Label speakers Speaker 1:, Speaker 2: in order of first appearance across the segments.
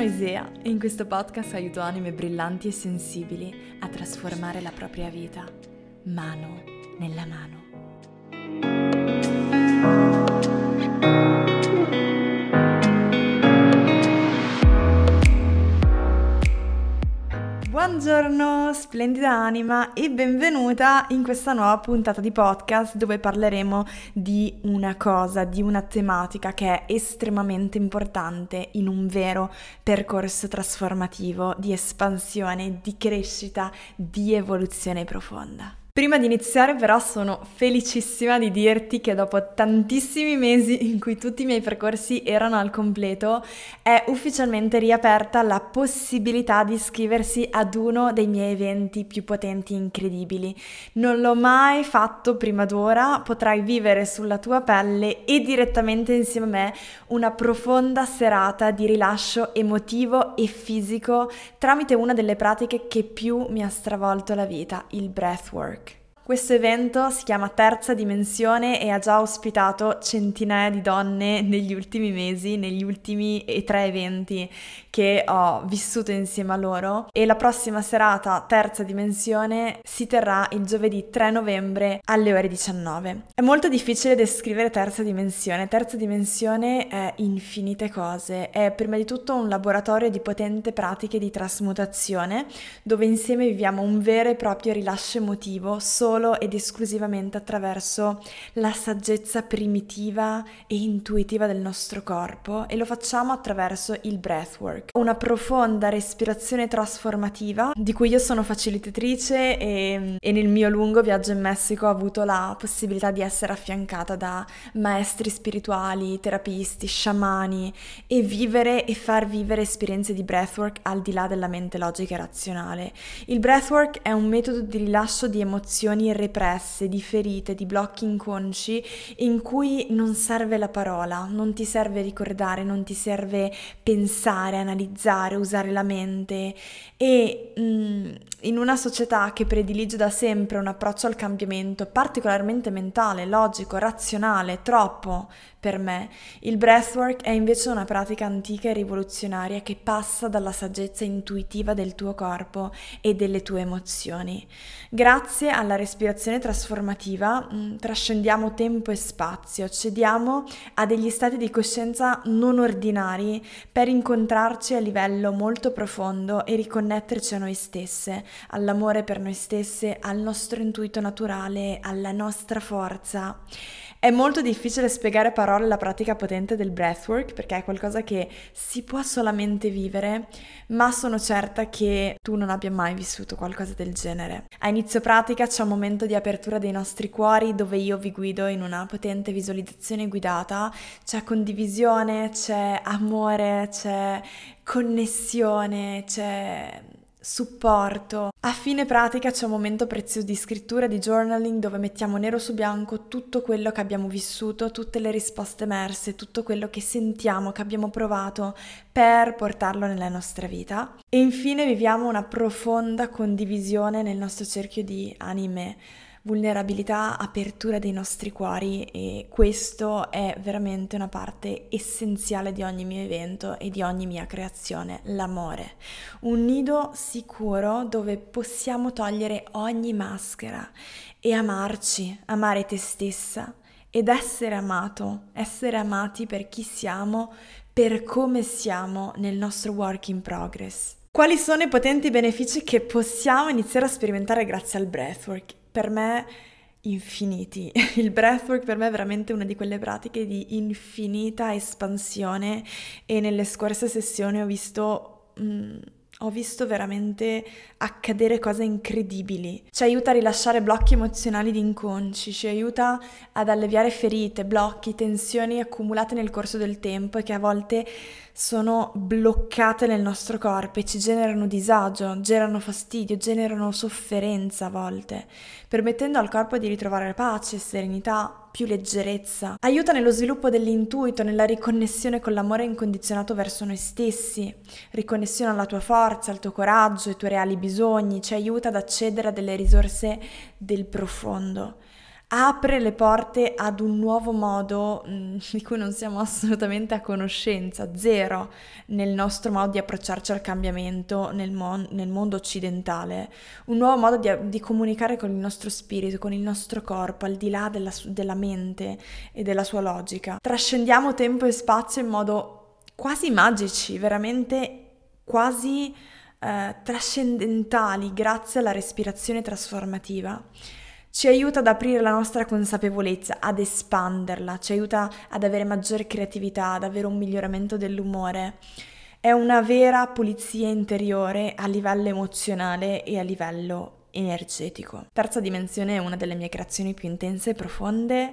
Speaker 1: Isea e in questo podcast aiuto anime brillanti e sensibili a trasformare la propria vita, mano nella mano. Buongiorno, splendida anima e benvenuta in questa nuova puntata di podcast dove parleremo di una cosa, di una tematica che è estremamente importante in un vero percorso trasformativo di espansione, di crescita, di evoluzione profonda. Prima di iniziare però sono felicissima di dirti che dopo tantissimi mesi in cui tutti i miei percorsi erano al completo è ufficialmente riaperta la possibilità di iscriversi ad uno dei miei eventi più potenti e incredibili. Non l'ho mai fatto prima d'ora, potrai vivere sulla tua pelle e direttamente insieme a me una profonda serata di rilascio emotivo e fisico tramite una delle pratiche che più mi ha stravolto la vita, il breathwork. Questo evento si chiama Terza Dimensione e ha già ospitato centinaia di donne negli ultimi mesi, negli ultimi 3 eventi che ho vissuto insieme a loro, e la prossima serata Terza Dimensione si terrà il giovedì 3 novembre alle ore 19. È molto difficile descrivere Terza Dimensione. Terza Dimensione è infinite cose, è prima di tutto un laboratorio di potenti pratiche di trasmutazione dove insieme viviamo un vero e proprio rilascio emotivo solo ed esclusivamente attraverso la saggezza primitiva e intuitiva del nostro corpo, e lo facciamo attraverso il breathwork, una profonda respirazione trasformativa di cui io sono facilitatrice e nel mio lungo viaggio in Messico ho avuto la possibilità di essere affiancata da maestri spirituali, terapisti, sciamani e vivere e far vivere esperienze di breathwork al di là della mente logica e razionale. Il breathwork è un metodo di rilascio di emozioni represse, di ferite, di blocchi inconsci in cui non serve la parola, non ti serve ricordare, non ti serve pensare, analizzare, usare la mente, e in una società che predilige da sempre un approccio al cambiamento particolarmente mentale, logico, razionale, troppo per me, il breathwork è invece una pratica antica e rivoluzionaria che passa dalla saggezza intuitiva del tuo corpo e delle tue emozioni. Grazie alla respirazione trasformativa trascendiamo tempo e spazio, accediamo a degli stati di coscienza non ordinari per incontrarci a livello molto profondo e riconnetterci a noi stesse, all'amore per noi stesse, al nostro intuito naturale, alla nostra forza. È molto difficile spiegare a parole la pratica potente del breathwork perché è qualcosa che si può solamente vivere, ma sono certa che tu non abbia mai vissuto qualcosa del genere. A inizio pratica c'è un momento di apertura dei nostri cuori dove io vi guido in una potente visualizzazione guidata, c'è condivisione, c'è amore, c'è connessione, c'è supporto. A fine pratica c'è un momento prezioso di scrittura, di journaling, dove mettiamo nero su bianco tutto quello che abbiamo vissuto, tutte le risposte emerse, tutto quello che sentiamo, che abbiamo provato, per portarlo nella nostra vita. E infine viviamo una profonda condivisione nel nostro cerchio di anime, vulnerabilità, apertura dei nostri cuori, e questo è veramente una parte essenziale di ogni mio evento e di ogni mia creazione, l'amore. Un nido sicuro dove possiamo togliere ogni maschera e amarci, amare te stessa ed essere amato, essere amati per chi siamo, per come siamo nel nostro work in progress. Quali sono i potenti benefici che possiamo iniziare a sperimentare grazie al breathwork? Per me infiniti. Il breathwork per me è veramente una di quelle pratiche di infinita espansione, e nelle scorse sessioni ho visto veramente accadere cose incredibili. Ci aiuta a rilasciare blocchi emozionali di inconsci, ci aiuta ad alleviare ferite, blocchi, tensioni accumulate nel corso del tempo e che a volte sono bloccate nel nostro corpo e ci generano disagio, generano fastidio, generano sofferenza a volte, permettendo al corpo di ritrovare pace, serenità, più leggerezza. Aiuta nello sviluppo dell'intuito, nella riconnessione con l'amore incondizionato verso noi stessi, riconnessione alla tua forza, al tuo coraggio, ai tuoi reali bisogni, ci aiuta ad accedere a delle risorse del profondo, apre le porte ad un nuovo modo di cui non siamo assolutamente a conoscenza, zero nel nostro modo di approcciarci al cambiamento nel mondo occidentale, un nuovo modo di comunicare con il nostro spirito, con il nostro corpo, al di là della mente e della sua logica. Trascendiamo tempo e spazio in modo quasi magici, veramente quasi trascendentali grazie alla respirazione trasformativa. Ci aiuta ad aprire la nostra consapevolezza, ad espanderla, ci aiuta ad avere maggiore creatività, ad avere un miglioramento dell'umore. È una vera pulizia interiore a livello emozionale e a livello energetico. Terza dimensione è una delle mie creazioni più intense e profonde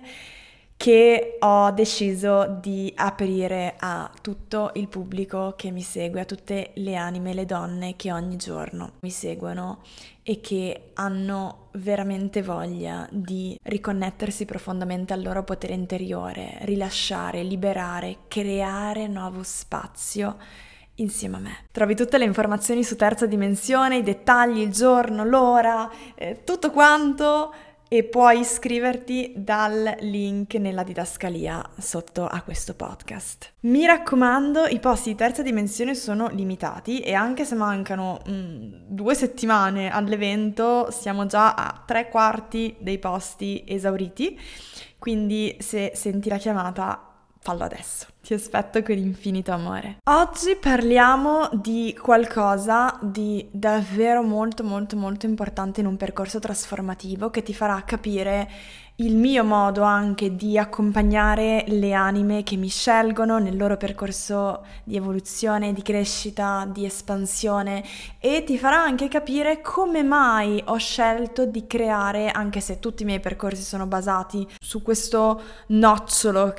Speaker 1: che ho deciso di aprire a tutto il pubblico che mi segue, a tutte le anime, le donne che ogni giorno mi seguono e che hanno veramente voglia di riconnettersi profondamente al loro potere interiore, rilasciare, liberare, creare nuovo spazio insieme a me. Trovi tutte le informazioni su Terza Dimensione, i dettagli, il giorno, l'ora, tutto quanto, e puoi iscriverti dal link nella didascalia sotto a questo podcast. Mi raccomando, i posti di Terza Dimensione sono limitati e anche se mancano 2 settimane all'evento siamo già a 3/4 dei posti esauriti, quindi se senti la chiamata fallo adesso, ti aspetto con infinito amore. Oggi parliamo di qualcosa di davvero molto molto molto importante in un percorso trasformativo che ti farà capire il mio modo anche di accompagnare le anime che mi scelgono nel loro percorso di evoluzione, di crescita, di espansione, e ti farà anche capire come mai ho scelto di creare, anche se tutti i miei percorsi sono basati su questo nocciolo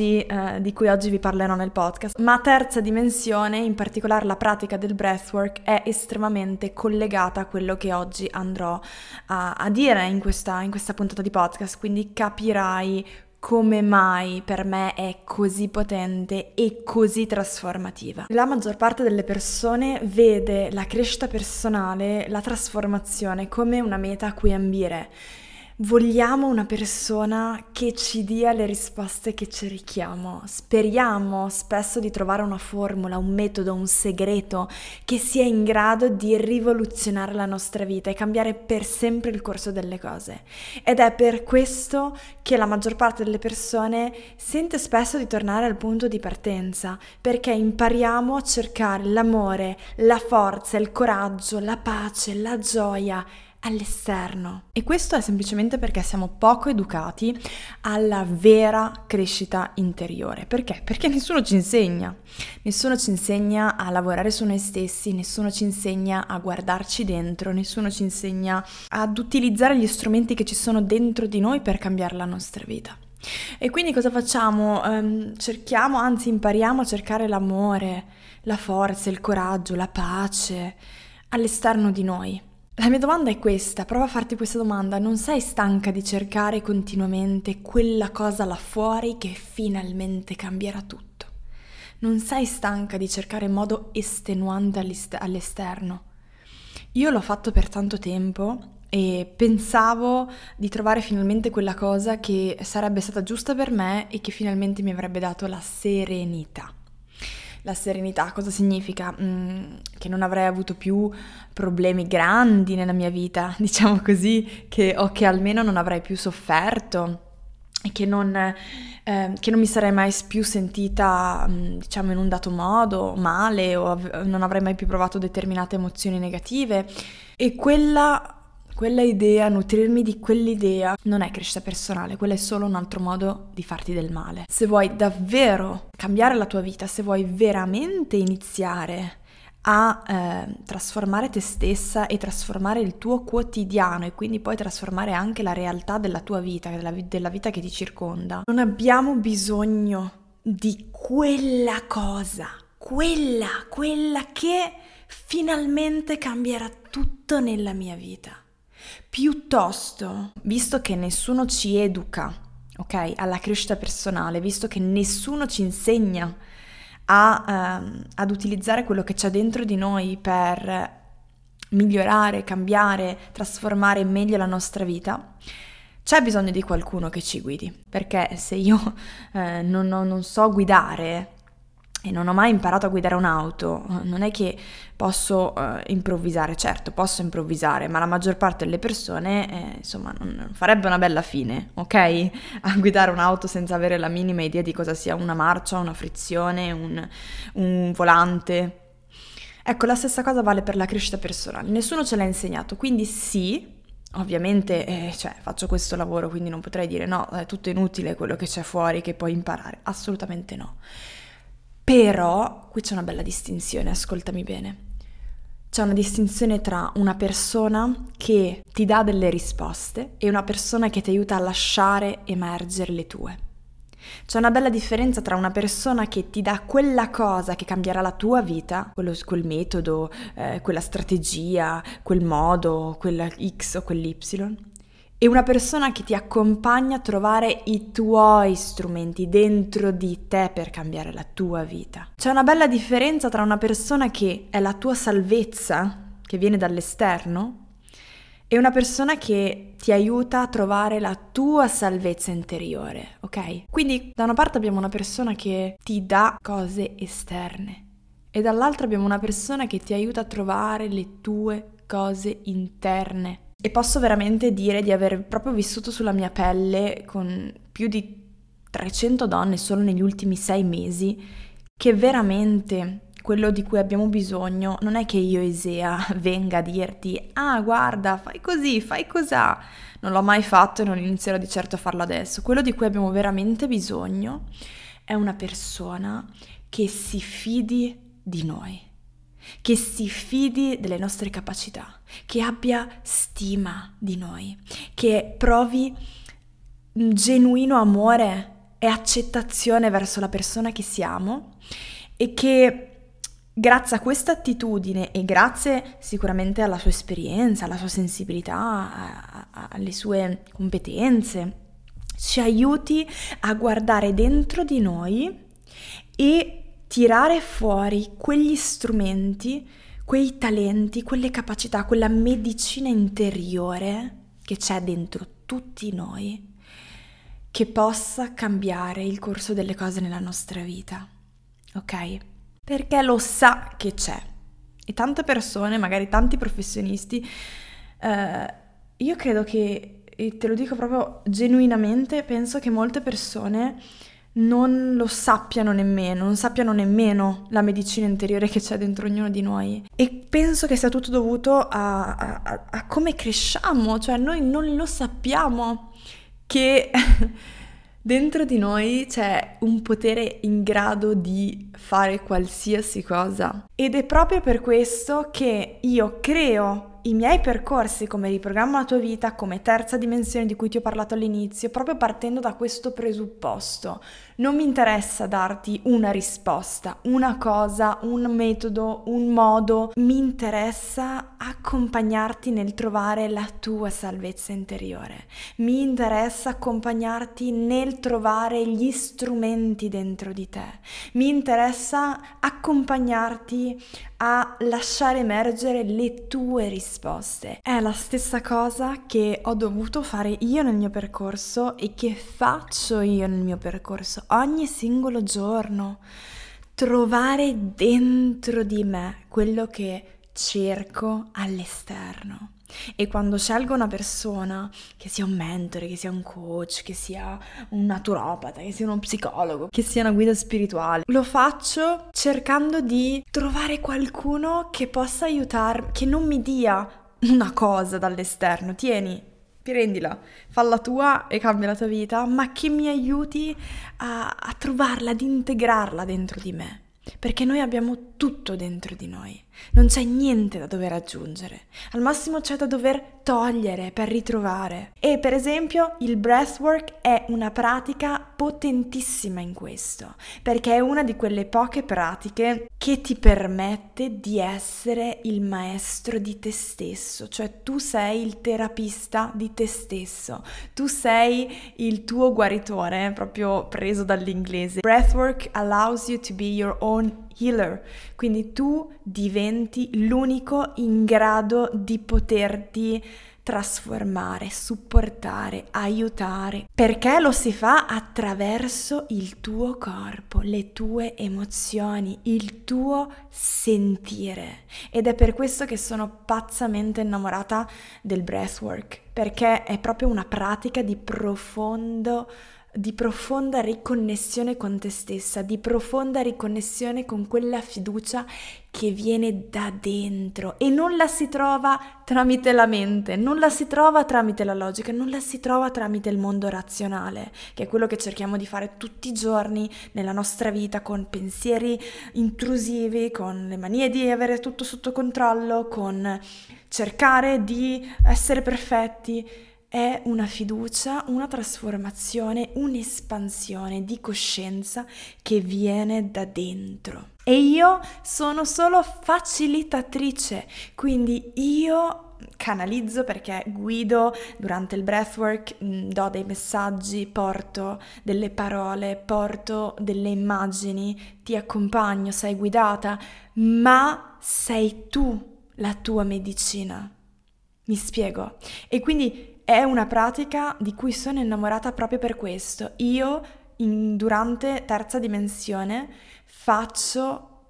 Speaker 1: di cui oggi vi parlerò nel podcast, ma Terza Dimensione, in particolare la pratica del breathwork, è estremamente collegata a quello che oggi andrò a dire in questa puntata di podcast, quindi capirai come mai per me è così potente e così trasformativa. La maggior parte delle persone vede la crescita personale, la trasformazione come una meta a cui ambire. Vogliamo una persona che ci dia le risposte che cerchiamo. Speriamo spesso di trovare una formula, un metodo, un segreto che sia in grado di rivoluzionare la nostra vita e cambiare per sempre il corso delle cose. Ed è per questo che la maggior parte delle persone sente spesso di tornare al punto di partenza, perché impariamo a cercare l'amore, la forza, il coraggio, la pace, la gioia all'esterno. E questo è semplicemente perché siamo poco educati alla vera crescita interiore. Perché? Perché nessuno ci insegna. Nessuno ci insegna a lavorare su noi stessi, nessuno ci insegna a guardarci dentro, nessuno ci insegna ad utilizzare gli strumenti che ci sono dentro di noi per cambiare la nostra vita. E quindi cosa facciamo? Impariamo a cercare l'amore, la forza, il coraggio, la pace all'esterno di noi. La mia domanda è questa, prova a farti questa domanda: non sei stanca di cercare continuamente quella cosa là fuori che finalmente cambierà tutto? Non sei stanca di cercare in modo estenuante all'esterno? Io l'ho fatto per tanto tempo e pensavo di trovare finalmente quella cosa che sarebbe stata giusta per me e che finalmente mi avrebbe dato la serenità. La serenità cosa significa? Che non avrei avuto più problemi grandi nella mia vita, diciamo così, che almeno non avrei più sofferto e che non mi sarei mai più sentita, diciamo, in un dato modo male, o non avrei mai più provato determinate emozioni negative. E quella idea, nutrirmi di quell'idea, non è crescita personale, quella è solo un altro modo di farti del male. Se vuoi davvero cambiare la tua vita, se vuoi veramente iniziare a trasformare te stessa e trasformare il tuo quotidiano e quindi poi trasformare anche la realtà della tua vita, della vita che ti circonda, non abbiamo bisogno di quella cosa, quella che finalmente cambierà tutto nella mia vita. Piuttosto, visto che nessuno ci educa, ok, alla crescita personale, visto che nessuno ci insegna ad utilizzare quello che c'è dentro di noi per migliorare, cambiare, trasformare meglio la nostra vita, C'è bisogno di qualcuno che ci guidi, perché se io non so guidare e non ho mai imparato a guidare un'auto, non è che posso improvvisare. Certo, posso improvvisare, ma la maggior parte delle persone, insomma, non farebbe una bella fine, ok? A guidare un'auto senza avere la minima idea di cosa sia una marcia, una frizione, un volante. Ecco, la stessa cosa vale per la crescita personale. Nessuno ce l'ha insegnato, quindi sì. Ovviamente, faccio questo lavoro, quindi non potrei dire no, è tutto inutile quello che c'è fuori che puoi imparare. Assolutamente no. Però qui c'è una bella distinzione, ascoltami bene. C'è una distinzione tra una persona che ti dà delle risposte e una persona che ti aiuta a lasciare emergere le tue. C'è una bella differenza tra una persona che ti dà quella cosa che cambierà la tua vita, quel metodo, quella strategia, quel modo, quella X o quell'Y, e una persona che ti accompagna a trovare i tuoi strumenti dentro di te per cambiare la tua vita. C'è una bella differenza tra una persona che è la tua salvezza, che viene dall'esterno, e una persona che ti aiuta a trovare la tua salvezza interiore, ok? Quindi da una parte abbiamo una persona che ti dà cose esterne e dall'altra abbiamo una persona che ti aiuta a trovare le tue cose interne. E posso veramente dire di aver proprio vissuto sulla mia pelle con più di 300 donne solo negli ultimi 6 mesi che veramente quello di cui abbiamo bisogno non è che io, Isea, venga a dirti guarda, fai così, fai cosà. Non l'ho mai fatto e non inizierò di certo a farlo adesso. Quello di cui abbiamo veramente bisogno è una persona che si fidi di noi, che si fidi delle nostre capacità, che abbia stima di noi, che provi un genuino amore e accettazione verso la persona che siamo e che grazie a questa attitudine e grazie sicuramente alla sua esperienza, alla sua sensibilità, alle sue competenze, ci aiuti a guardare dentro di noi e tirare fuori quegli strumenti, quei talenti, quelle capacità, quella medicina interiore che c'è dentro tutti noi, che possa cambiare il corso delle cose nella nostra vita, ok? Perché lo sa che c'è. E tante persone, magari tanti professionisti, io credo che, e te lo dico proprio genuinamente, penso che molte persone non lo sappiano nemmeno, non sappiano nemmeno la medicina interiore che c'è dentro ognuno di noi. E penso che sia tutto dovuto a come cresciamo, cioè noi non lo sappiamo che dentro di noi c'è un potere in grado di fare qualsiasi cosa. Ed è proprio per questo che io creo i miei percorsi come Riprogramma la tua vita, come terza dimensione di cui ti ho parlato all'inizio, proprio partendo da questo presupposto. Non mi interessa darti una risposta, una cosa, un metodo, un modo. Mi interessa accompagnarti nel trovare la tua salvezza interiore. Mi interessa accompagnarti nel trovare gli strumenti dentro di te. Mi interessa accompagnarti a lasciare emergere le tue risposte. È la stessa cosa che ho dovuto fare io nel mio percorso e che faccio io nel mio percorso ogni singolo giorno. Trovare dentro di me quello che cerco all'esterno. E quando scelgo una persona, che sia un mentore, che sia un coach, che sia un naturopata, che sia uno psicologo, che sia una guida spirituale, lo faccio cercando di trovare qualcuno che possa aiutarmi, che non mi dia una cosa dall'esterno, tieni, prendila, falla tua e cambia la tua vita, ma che mi aiuti a trovarla, ad integrarla dentro di me. Perché noi abbiamo tutto dentro di noi, non c'è niente da dover aggiungere, al massimo c'è da dover togliere per ritrovare. E per esempio il breathwork è una pratica potentissima in questo, perché è una di quelle poche pratiche che ti permette di essere il maestro di te stesso, cioè tu sei il terapista di te stesso, tu sei il tuo guaritore, proprio preso dall'inglese. Breathwork allows you to be your own healer, quindi tu diventi l'unico in grado di poterti trasformare, supportare, aiutare, perché lo si fa attraverso il tuo corpo, le tue emozioni, il tuo sentire. Ed è per questo che sono pazzamente innamorata del breathwork, perché è proprio una pratica di profonda riconnessione con te stessa, di profonda riconnessione con quella fiducia che viene da dentro e non la si trova tramite la mente, non la si trova tramite la logica, non la si trova tramite il mondo razionale, che è quello che cerchiamo di fare tutti i giorni nella nostra vita, con pensieri intrusivi, con le manie di avere tutto sotto controllo, con cercare di essere perfetti. È una fiducia, una trasformazione, un'espansione di coscienza che viene da dentro. E io sono solo facilitatrice, quindi io canalizzo perché guido durante il breathwork, do dei messaggi, porto delle parole, porto delle immagini, ti accompagno, sei guidata, ma sei tu la tua medicina. Mi spiego? E quindi è una pratica di cui sono innamorata proprio per questo. Io durante terza dimensione faccio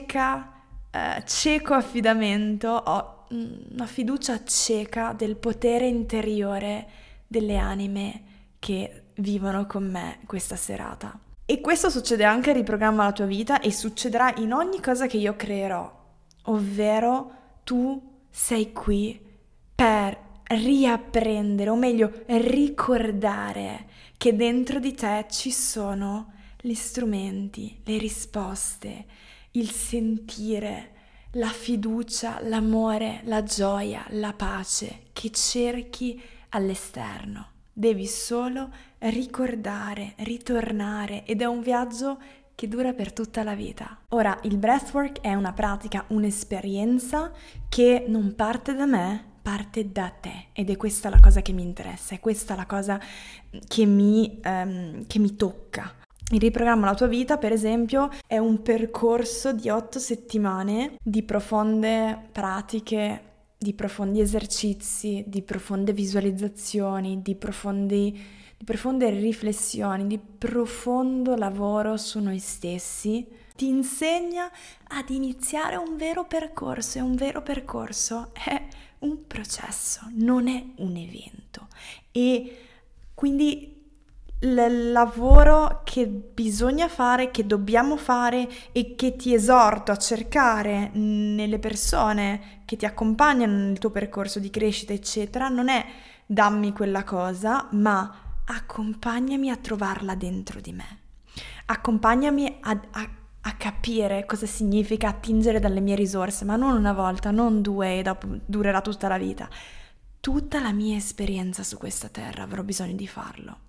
Speaker 1: cieco affidamento, ho una fiducia cieca del potere interiore delle anime che vivono con me questa serata. E questo succede anche a Riprogramma la tua vita e succederà in ogni cosa che io creerò, ovvero tu sei qui per riapprendere, o meglio ricordare che dentro di te ci sono gli strumenti, le risposte, il sentire, la fiducia, l'amore, la gioia, la pace che cerchi all'esterno. Devi solo ricordare, ritornare ed è un viaggio che dura per tutta la vita. Ora, il breathwork è una pratica, un'esperienza che non parte da me, parte da te ed è questa la cosa che mi interessa, è questa la cosa che mi tocca. Il Riprogramma la tua vita, per esempio, è un percorso di 8 settimane di profonde pratiche, di profondi esercizi, di profonde visualizzazioni, di profonde riflessioni, di profondo lavoro su noi stessi. Ti insegna ad iniziare un vero percorso e un vero percorso è un processo, non è un evento. E quindi il lavoro che bisogna fare, che dobbiamo fare e che ti esorto a cercare nelle persone che ti accompagnano nel tuo percorso di crescita, eccetera, non è dammi quella cosa, ma accompagnami a trovarla dentro di me. Accompagnami a capire cosa significa attingere dalle mie risorse, ma non una volta, non due e dopo durerà tutta la vita. Tutta la mia esperienza su questa terra avrò bisogno di farlo.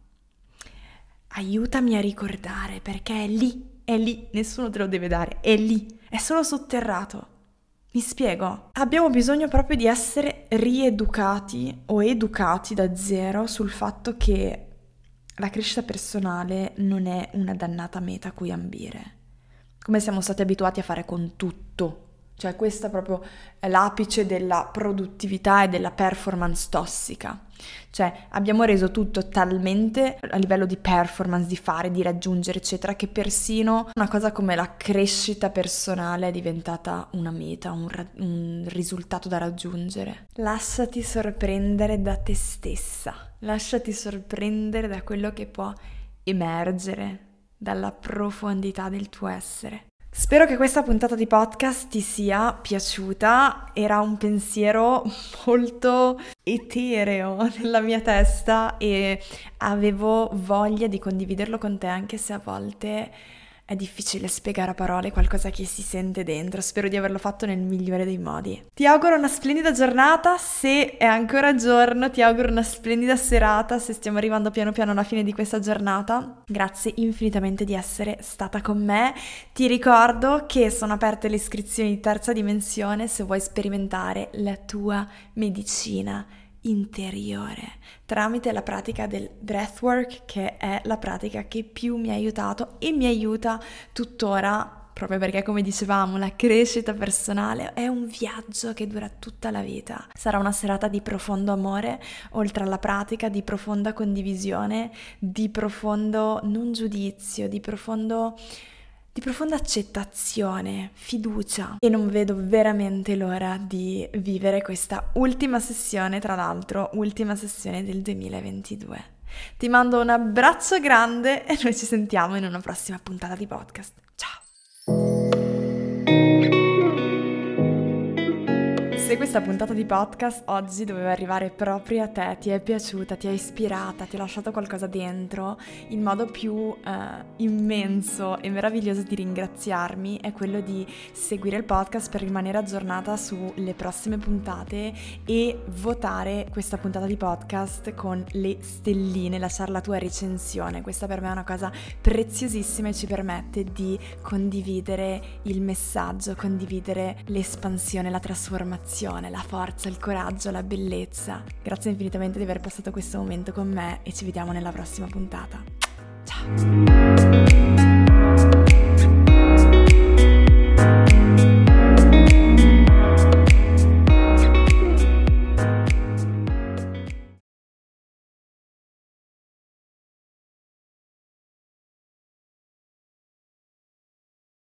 Speaker 1: Aiutami a ricordare perché è lì, nessuno te lo deve dare, è lì, è solo sotterrato. Mi spiego? Abbiamo bisogno proprio di essere rieducati o educati da zero sul fatto che la crescita personale non è una dannata meta a cui ambire, come siamo stati abituati a fare con tutto. Cioè questa proprio è l'apice della produttività e della performance tossica. Cioè abbiamo reso tutto talmente a livello di performance, di fare, di raggiungere, eccetera, che persino una cosa come la crescita personale è diventata una meta, un risultato da raggiungere. Lasciati sorprendere da te stessa, lasciati sorprendere da quello che può emergere dalla profondità del tuo essere. Spero che questa puntata di podcast ti sia piaciuta, era un pensiero molto etereo nella mia testa e avevo voglia di condividerlo con te anche se a volte è difficile spiegare a parole qualcosa che si sente dentro. Spero di averlo fatto nel migliore dei modi. Ti auguro una splendida giornata, se è ancora giorno, ti auguro una splendida serata, se stiamo arrivando piano piano alla fine di questa giornata. Grazie infinitamente di essere stata con me. Ti ricordo che sono aperte le iscrizioni di terza dimensione se vuoi sperimentare la tua medicina interiore tramite la pratica del breathwork, che è la pratica che più mi ha aiutato e mi aiuta tuttora proprio perché, come dicevamo, la crescita personale è un viaggio che dura tutta la vita. Sarà una serata di profondo amore, oltre alla pratica, di profonda condivisione, di profondo non giudizio, di profonda accettazione, fiducia, e non vedo veramente l'ora di vivere questa ultima sessione, tra l'altro, ultima sessione del 2022. Ti mando un abbraccio grande e noi ci sentiamo in una prossima puntata di podcast. Ciao! Se questa puntata di podcast oggi doveva arrivare proprio a te, ti è piaciuta, ti è ispirata, ti ha lasciato qualcosa dentro, il modo più immenso e meraviglioso di ringraziarmi è quello di seguire il podcast per rimanere aggiornata sulle prossime puntate e votare questa puntata di podcast con le stelline, lasciare la tua recensione. Questa per me è una cosa preziosissima e ci permette di condividere il messaggio, condividere l'espansione, la trasformazione, la forza, il coraggio, la bellezza. Grazie infinitamente di aver passato questo momento con me e ci vediamo nella prossima puntata. Ciao!